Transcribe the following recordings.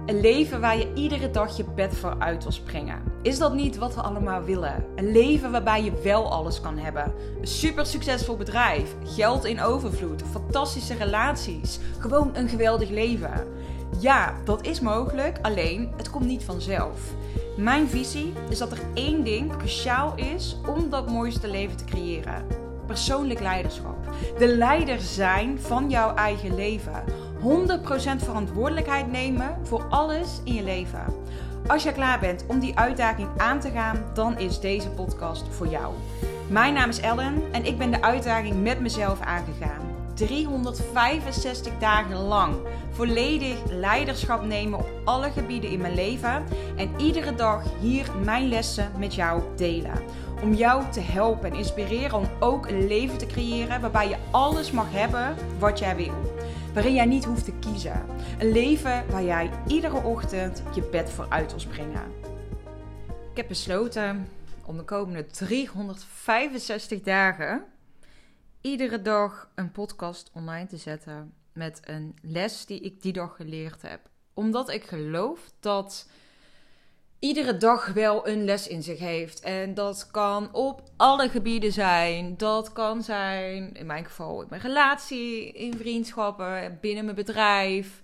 Een leven waar je iedere dag je bed voor uit wil springen. Is dat niet wat we allemaal willen? Een leven waarbij je wel alles kan hebben. Een super succesvol bedrijf, geld in overvloed, fantastische relaties. Gewoon een geweldig leven. Ja, dat is mogelijk, alleen het komt niet vanzelf. Mijn visie is dat er één ding cruciaal is om dat mooiste leven te creëren. Persoonlijk leiderschap. De leider zijn van jouw eigen leven. 100% verantwoordelijkheid nemen voor alles in je leven. Als je klaar bent om die uitdaging aan te gaan, dan is deze podcast voor jou. Mijn naam is Ellen en ik ben de uitdaging met mezelf aangegaan. 365 dagen lang volledig leiderschap nemen op alle gebieden in mijn leven. En iedere dag hier mijn lessen met jou delen. Om jou te helpen en inspireren om ook een leven te creëren waarbij je alles mag hebben wat jij wil. Waarin jij niet hoeft te kiezen. Een leven waar jij iedere ochtend je bed voor uit wil springen. Ik heb besloten om de komende 365 dagen iedere dag een podcast online te zetten met een les die ik die dag geleerd heb. Omdat ik geloof dat iedere dag wel een les in zich heeft. En dat kan op alle gebieden zijn. Dat kan zijn, in mijn geval, in mijn relatie, in vriendschappen, binnen mijn bedrijf.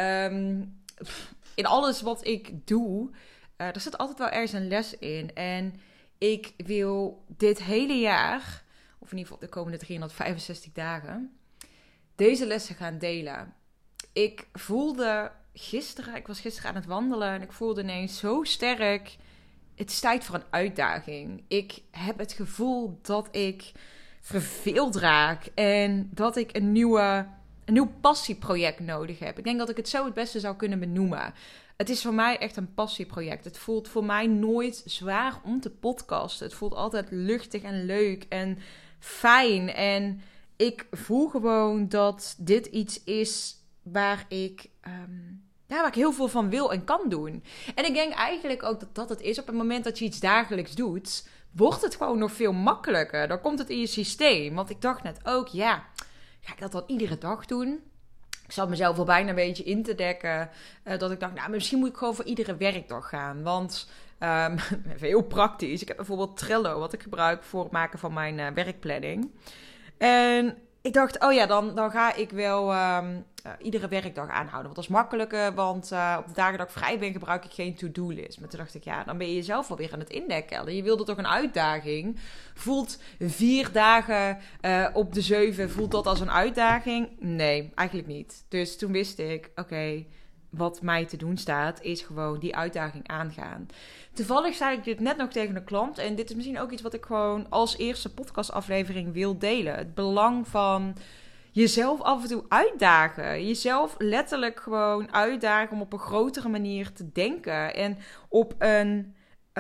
In alles wat ik doe, er zit altijd wel ergens een les in. En ik wil dit hele jaar, of in ieder geval de komende 365 dagen, deze lessen gaan delen. Ik was gisteren aan het wandelen en ik voelde ineens zo sterk, het is tijd voor een uitdaging. Ik heb het gevoel dat ik verveeld raak en dat ik een nieuw passieproject nodig heb. Ik denk dat ik het zo het beste zou kunnen benoemen. Het is voor mij echt een passieproject. Het voelt voor mij nooit zwaar om te podcasten. Het voelt altijd luchtig en leuk en fijn. En ik voel gewoon dat dit iets is waar ik heel veel van wil en kan doen. En ik denk eigenlijk ook dat het is. Op het moment dat je iets dagelijks doet, wordt het gewoon nog veel makkelijker. Dan komt het in je systeem. Want ik dacht net ook, ga ik dat dan iedere dag doen? Ik zat mezelf al bijna een beetje in te dekken. Dat ik dacht, misschien moet ik gewoon voor iedere werkdag gaan. Want, even heel praktisch. Ik heb bijvoorbeeld Trello, wat ik gebruik voor het maken van mijn werkplanning. En ik dacht, dan ga ik wel iedere werkdag aanhouden. Want dat is makkelijker, want op de dagen dat ik vrij ben gebruik ik geen to-do-list. Maar toen dacht ik, dan ben je jezelf alweer aan het indekken. Je wilde toch een uitdaging. Voelt 4 dagen op de 7, voelt dat als een uitdaging? Nee, eigenlijk niet. Dus toen wist ik, oké, wat mij te doen staat, is gewoon die uitdaging aangaan. Toevallig zei ik dit net nog tegen een klant. En dit is misschien ook iets wat ik gewoon als eerste podcastaflevering wil delen. Het belang van jezelf af en toe uitdagen. Jezelf letterlijk gewoon uitdagen om op een grotere manier te denken. En op een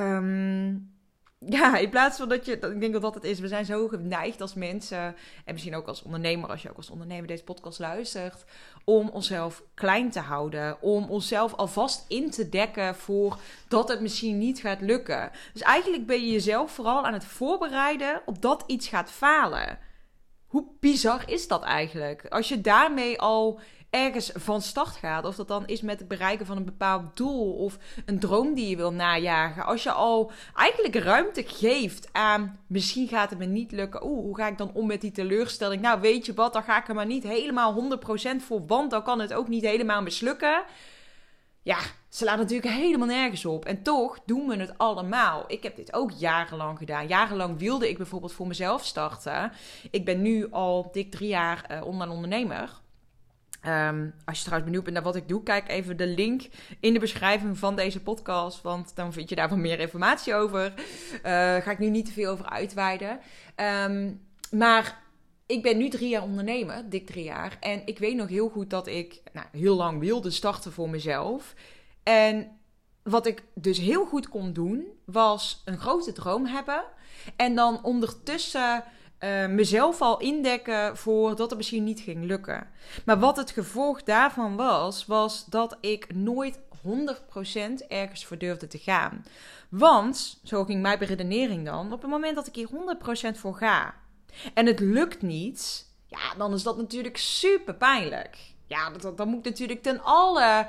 in plaats van dat ik denk dat het is, we zijn zo geneigd als mensen, en misschien ook als ondernemer, als je ook als ondernemer deze podcast luistert, om onszelf klein te houden, om onszelf alvast in te dekken voor dat het misschien niet gaat lukken. Dus eigenlijk ben je jezelf vooral aan het voorbereiden op dat iets gaat falen. Hoe bizar is dat eigenlijk? Als je daarmee al ergens van start gaat, of dat dan is met het bereiken van een bepaald doel of een droom die je wil najagen. Als je al eigenlijk ruimte geeft aan, misschien gaat het me niet lukken. Hoe ga ik dan om met die teleurstelling? Nou, weet je wat, dan ga ik er maar niet helemaal 100% voor, want dan kan het ook niet helemaal mislukken. Ja, ze laat natuurlijk helemaal nergens op. En toch doen we het allemaal. Ik heb dit ook jarenlang gedaan. Jarenlang wilde ik bijvoorbeeld voor mezelf starten. Ik ben nu al dik 3 jaar online ondernemer. Als je trouwens benieuwd bent naar wat ik doe, kijk even de link in de beschrijving van deze podcast, want dan vind je daar wat meer informatie over. Ga ik nu niet te veel over uitweiden. Maar ik ben nu 3 jaar ondernemer, dik 3 jaar. En ik weet nog heel goed dat ik heel lang wilde starten voor mezelf. En wat ik dus heel goed kon doen, was een grote droom hebben. En dan ondertussen mezelf al indekken voor dat het misschien niet ging lukken. Maar wat het gevolg daarvan was dat ik nooit 100% ergens voor durfde te gaan. Want, zo ging mijn beredenering dan, op het moment dat ik hier 100% voor ga en het lukt niet, dan is dat natuurlijk super pijnlijk. Ja, dan moet ik natuurlijk ten alle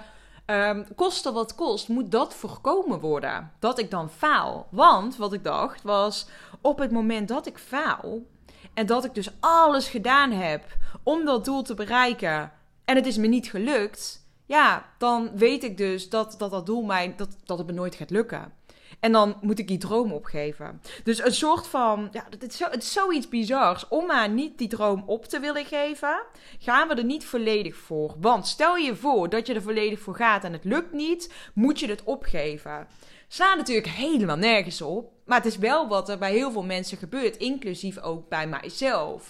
Koste wat kost, moet dat voorkomen worden. Dat ik dan faal. Want wat ik dacht was, op het moment dat ik faal en dat ik dus alles gedaan heb om dat doel te bereiken en het is me niet gelukt, ja, dan weet ik dus dat doel dat het me nooit gaat lukken. En dan moet ik die droom opgeven. Dus een soort van, ja, het is zoiets bizars. Om maar niet die droom op te willen geven, gaan we er niet volledig voor. Want stel je voor dat je er volledig voor gaat en het lukt niet, moet je het opgeven. Slaat natuurlijk helemaal nergens op. Maar het is wel wat er bij heel veel mensen gebeurt, inclusief ook bij mijzelf.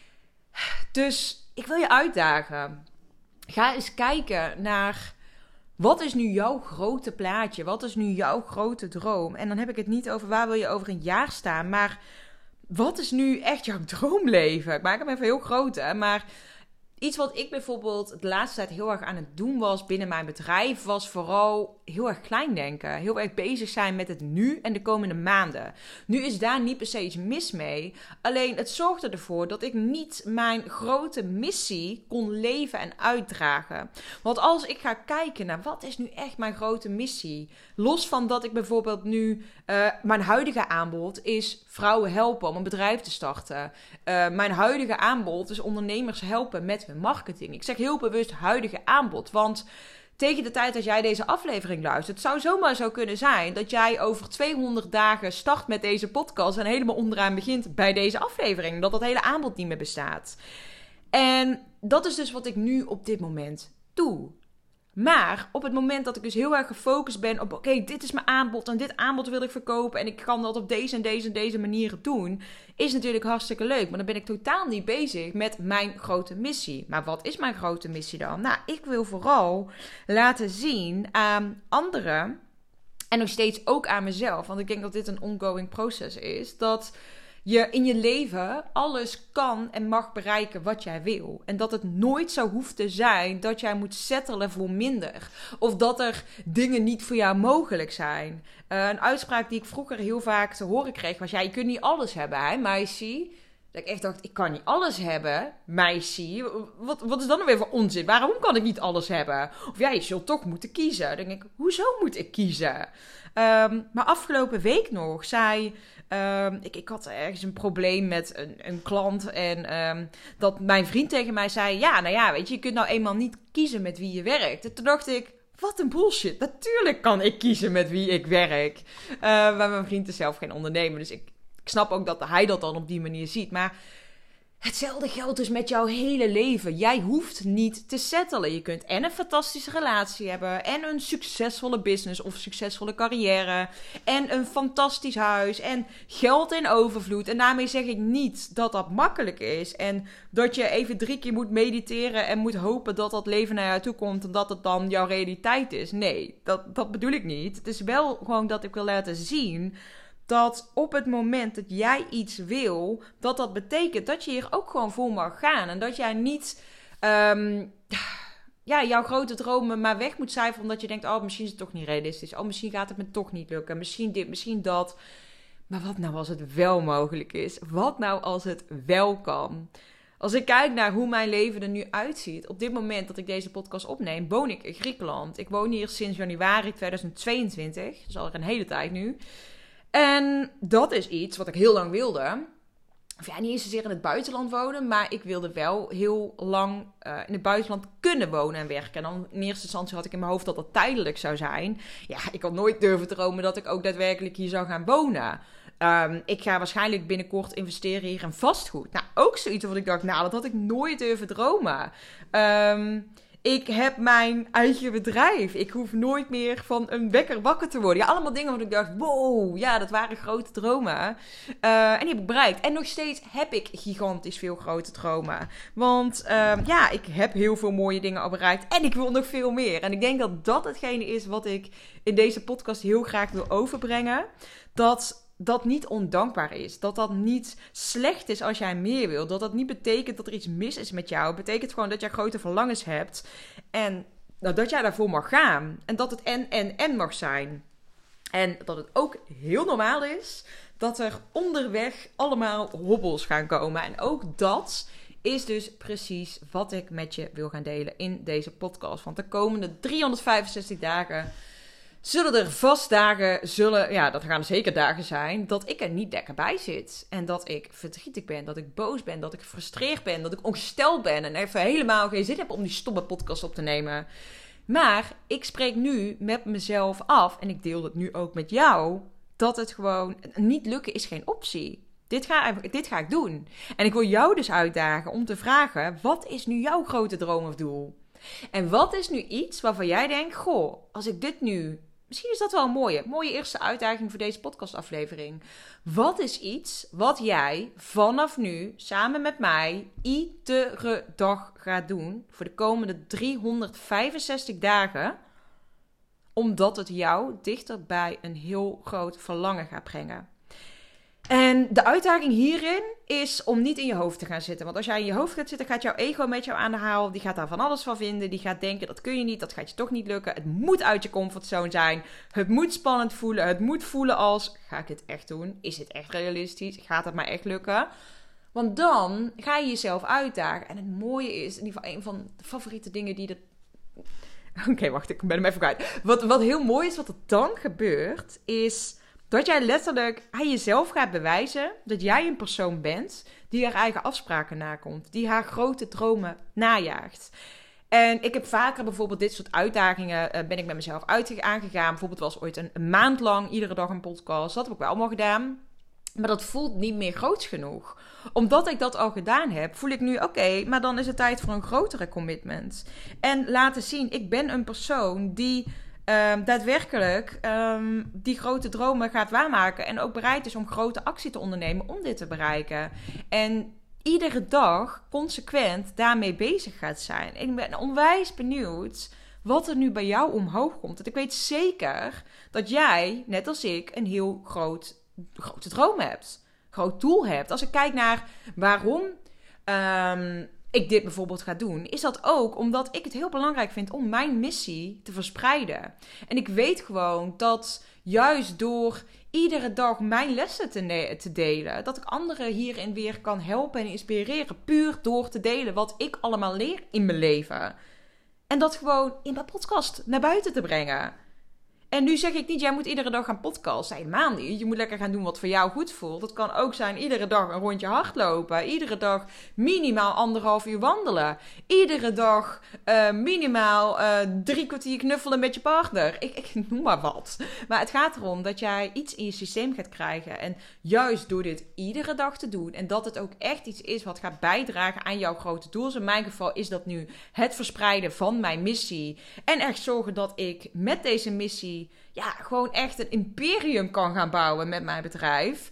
Dus ik wil je uitdagen. Ga eens kijken naar, wat is nu jouw grote plaatje? Wat is nu jouw grote droom? En dan heb ik het niet over waar wil je over een jaar staan, maar wat is nu echt jouw droomleven? Ik maak hem even heel groot, hè, maar iets wat ik bijvoorbeeld de laatste tijd heel erg aan het doen was binnen mijn bedrijf, was vooral heel erg klein denken. Heel erg bezig zijn met het nu en de komende maanden. Nu is daar niet per se iets mis mee. Alleen het zorgde ervoor dat ik niet mijn grote missie kon leven en uitdragen. Want als ik ga kijken naar wat is nu echt mijn grote missie. Los van dat ik bijvoorbeeld nu mijn huidige aanbod is vrouwen helpen om een bedrijf te starten. Mijn huidige aanbod is ondernemers helpen met hun marketing. Ik zeg heel bewust huidige aanbod, want tegen de tijd dat jij deze aflevering luistert, het zou zomaar zo kunnen zijn dat jij over 200 dagen start met deze podcast en helemaal onderaan begint bij deze aflevering. Dat hele aanbod niet meer bestaat. En dat is dus wat ik nu op dit moment doe. Maar op het moment dat ik dus heel erg gefocust ben op, oké, dit is mijn aanbod en dit aanbod wil ik verkopen en ik kan dat op deze en deze manieren doen, is natuurlijk hartstikke leuk. Maar dan ben ik totaal niet bezig met mijn grote missie. Maar wat is mijn grote missie dan? Nou, ik wil vooral laten zien aan anderen en nog steeds ook aan mezelf, want ik denk dat dit een ongoing proces is, dat je in je leven alles kan en mag bereiken wat jij wil. En dat het nooit zo hoeft te zijn dat jij moet settelen voor minder. Of dat er dingen niet voor jou mogelijk zijn. Een uitspraak die ik vroeger heel vaak te horen kreeg was, ja, je kunt niet alles hebben, hè, meisje. Dat ik echt dacht, ik kan niet alles hebben, meisje. Wat is dan nou weer voor onzin? Waarom kan ik niet alles hebben? Of ja, je zult toch moeten kiezen. Dan denk ik, hoezo moet ik kiezen? Maar afgelopen week nog zei, ik had ergens een probleem met een klant en dat mijn vriend tegen mij zei, ja, nou ja, weet je kunt nou eenmaal niet kiezen met wie je werkt. En toen dacht ik, wat een bullshit. Natuurlijk kan ik kiezen met wie ik werk. Maar mijn vriend is zelf geen ondernemer, dus ik snap ook dat hij dat dan op die manier ziet. Maar hetzelfde geldt dus met jouw hele leven. Jij hoeft niet te settelen. Je kunt en een fantastische relatie hebben, en een succesvolle business of succesvolle carrière, en een fantastisch huis, en geld in overvloed. En daarmee zeg ik niet dat dat makkelijk is, en dat je even 3 keer moet mediteren en moet hopen dat dat leven naar jou toe komt, en dat het dan jouw realiteit is. Nee, dat bedoel ik niet. Het is wel gewoon dat ik wil laten zien dat op het moment dat jij iets wil, dat betekent dat je hier ook gewoon voor mag gaan. En dat jij niet jouw grote dromen maar weg moet cijferen omdat je denkt, oh, misschien is het toch niet realistisch. Oh, misschien gaat het me toch niet lukken. Misschien dit, misschien dat. Maar wat nou als het wel mogelijk is? Wat nou als het wel kan? Als ik kijk naar hoe mijn leven er nu uitziet, op dit moment dat ik deze podcast opneem, woon ik in Griekenland. Ik woon hier sinds januari 2022. Dat is al een hele tijd nu. En dat is iets wat ik heel lang wilde. Of ja, niet eens zozeer in het buitenland wonen, maar ik wilde wel heel lang in het buitenland kunnen wonen en werken. En dan in eerste instantie had ik in mijn hoofd dat dat tijdelijk zou zijn. Ja, ik had nooit durven dromen dat ik ook daadwerkelijk hier zou gaan wonen. Ik ga waarschijnlijk binnenkort investeren hier in vastgoed. Nou, ook zoiets wat ik dacht, nou, dat had ik nooit durven dromen. Ik heb mijn eigen bedrijf. Ik hoef nooit meer van een wekker wakker te worden. Ja, allemaal dingen waar ik dacht, wow, ja, dat waren grote dromen. En die heb ik bereikt. En nog steeds heb ik gigantisch veel grote dromen. Want ik heb heel veel mooie dingen al bereikt. En ik wil nog veel meer. En ik denk dat dat hetgene is wat ik in deze podcast heel graag wil overbrengen. Dat niet ondankbaar is. Dat niet slecht is als jij meer wil. Dat niet betekent dat er iets mis is met jou. Het betekent gewoon dat jij grote verlangens hebt. En dat jij daarvoor mag gaan. En dat het en mag zijn. En dat het ook heel normaal is dat er onderweg allemaal hobbels gaan komen. En ook dat is dus precies wat ik met je wil gaan delen in deze podcast. Want de komende 365 dagen zullen er vast dagen, dat gaan er zeker dagen zijn, dat ik er niet lekker bij zit. En dat ik verdrietig ben, dat ik boos ben, dat ik gefrustreerd ben, dat ik ongesteld ben en even helemaal geen zin heb om die stomme podcast op te nemen. Maar ik spreek nu met mezelf af, en ik deel het nu ook met jou, dat het gewoon niet lukken is geen optie. Dit ga ik doen. En ik wil jou dus uitdagen om te vragen, wat is nu jouw grote droom of doel? En wat is nu iets waarvan jij denkt, goh, als ik dit nu... Misschien is dat wel een mooie eerste uitdaging voor deze podcastaflevering. Wat is iets wat jij vanaf nu samen met mij iedere dag gaat doen voor de komende 365 dagen, omdat het jou dichter bij een heel groot verlangen gaat brengen? En de uitdaging hierin is om niet in je hoofd te gaan zitten. Want als jij in je hoofd gaat zitten, gaat jouw ego met jou aan de haal. Die gaat daar van alles van vinden. Die gaat denken, dat kun je niet, dat gaat je toch niet lukken. Het moet uit je comfortzone zijn. Het moet spannend voelen. Het moet voelen als, ga ik dit echt doen? Is dit echt realistisch? Gaat het maar echt lukken? Want dan ga je jezelf uitdagen. En het mooie is, in ieder geval een van de favoriete dingen die Oké, wacht, ik ben hem even kwijt. Wat heel mooi is, wat er dan gebeurt, is dat jij letterlijk aan jezelf gaat bewijzen dat jij een persoon bent die haar eigen afspraken nakomt. Die haar grote dromen najaagt. En ik heb vaker bijvoorbeeld dit soort uitdagingen ben ik met mezelf aangegaan. Bijvoorbeeld was ooit een maand lang iedere dag een podcast. Dat heb ik wel allemaal gedaan. Maar dat voelt niet meer groots genoeg. Omdat ik dat al gedaan heb, voel ik nu oké, maar dan is het tijd voor een grotere commitment. En laten zien, ik ben een persoon die daadwerkelijk die grote dromen gaat waarmaken. En ook bereid is om grote actie te ondernemen om dit te bereiken. En iedere dag consequent daarmee bezig gaat zijn. Ik ben onwijs benieuwd wat er nu bij jou omhoog komt. Want ik weet zeker dat jij, net als ik, een heel grote droom hebt. Groot doel hebt. Als ik kijk naar waarom ik dit bijvoorbeeld ga doen, is dat ook omdat ik het heel belangrijk vind om mijn missie te verspreiden. En ik weet gewoon dat juist door iedere dag mijn lessen te delen, dat ik anderen hierin weer kan helpen en inspireren. Puur door te delen wat ik allemaal leer in mijn leven. En dat gewoon in mijn podcast naar buiten te brengen. En nu zeg ik niet, jij moet iedere dag gaan podcasten. Helemaal niet. Je moet lekker gaan doen wat voor jou goed voelt. Dat kan ook zijn iedere dag een rondje hardlopen. Iedere dag minimaal 1,5 uur wandelen. Iedere dag minimaal 3 kwartier knuffelen met je partner. Ik noem maar wat. Maar het gaat erom dat jij iets in je systeem gaat krijgen. En juist door dit iedere dag te doen. En dat het ook echt iets is wat gaat bijdragen aan jouw grote doel. Dus in mijn geval is dat nu het verspreiden van mijn missie. En echt zorgen dat ik met deze missie gewoon echt een imperium kan gaan bouwen met mijn bedrijf.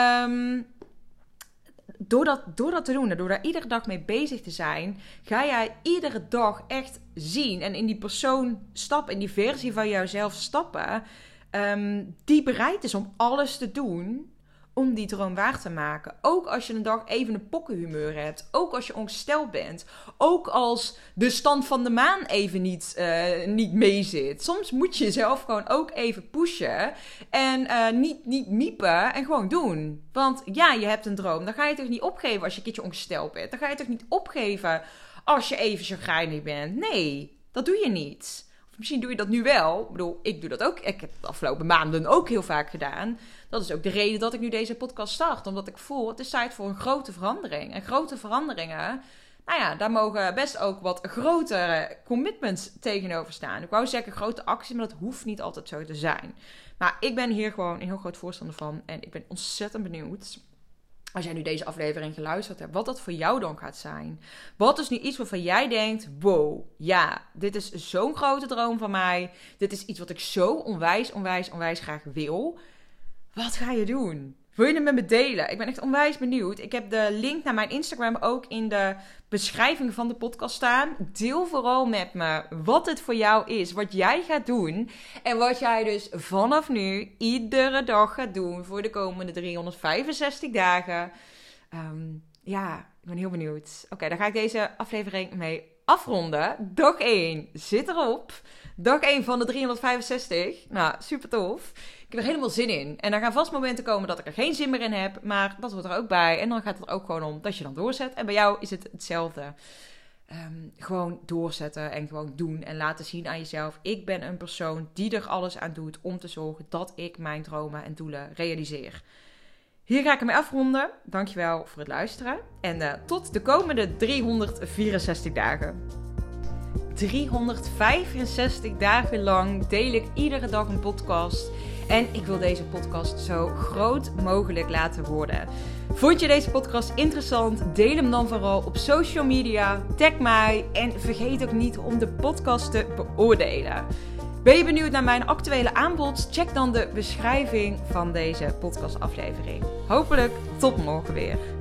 Door dat te doen en door daar iedere dag mee bezig te zijn, ga jij iedere dag echt zien en in die persoon stappen, in die versie van jouzelf stappen, die bereid is om alles te doen om die droom waar te maken. Ook als je een dag even een pokkenhumeur hebt. Ook als je ongesteld bent. Ook als de stand van de maan even niet meezit. Soms moet je jezelf gewoon ook even pushen. En niet miepen en gewoon doen. Want ja, je hebt een droom. Dan ga je toch niet opgeven als je een keertje ongesteld bent. Dan ga je toch niet opgeven als je even chagrijnig bent. Nee, dat doe je niet. Misschien doe je dat nu wel. Ik bedoel, ik doe dat ook. Ik heb het de afgelopen maanden ook heel vaak gedaan. Dat is ook de reden dat ik nu deze podcast start. Omdat ik voel, het is tijd voor een grote verandering. En grote veranderingen, daar mogen best ook wat grotere commitments tegenover staan. Ik wou zeggen grote acties, maar dat hoeft niet altijd zo te zijn. Maar ik ben hier gewoon een heel groot voorstander van. En ik ben ontzettend benieuwd, als jij nu deze aflevering geluisterd hebt, wat dat voor jou dan gaat zijn. Wat is nu iets waarvan jij denkt, wow, ja, dit is zo'n grote droom van mij. Dit is iets wat ik zo onwijs graag wil. Wat ga je doen? Wil je het met me delen? Ik ben echt onwijs benieuwd. Ik heb de link naar mijn Instagram ook in de beschrijving van de podcast staan. Deel vooral met me wat het voor jou is. Wat jij gaat doen. En wat jij dus vanaf nu iedere dag gaat doen voor de komende 365 dagen. Ik ben heel benieuwd. Oké, dan ga ik deze aflevering mee afronden. Dag 1 zit erop. Dag 1 van de 365. Nou, super tof. Ik heb er helemaal zin in. En er gaan vast momenten komen dat ik er geen zin meer in heb. Maar dat hoort er ook bij. En dan gaat het ook gewoon om dat je dan doorzet. En bij jou is het hetzelfde. Gewoon doorzetten en gewoon doen. En laten zien aan jezelf. Ik ben een persoon die er alles aan doet om te zorgen dat ik mijn dromen en doelen realiseer. Hier ga ik ermee afronden. Dankjewel voor het luisteren. En tot de komende 364 dagen. 365 dagen lang deel ik iedere dag een podcast. En ik wil deze podcast zo groot mogelijk laten worden. Vond je deze podcast interessant? Deel hem dan vooral op social media. Tag mij. En vergeet ook niet om de podcast te beoordelen. Ben je benieuwd naar mijn actuele aanbod? Check dan de beschrijving van deze podcastaflevering. Hopelijk tot morgen weer.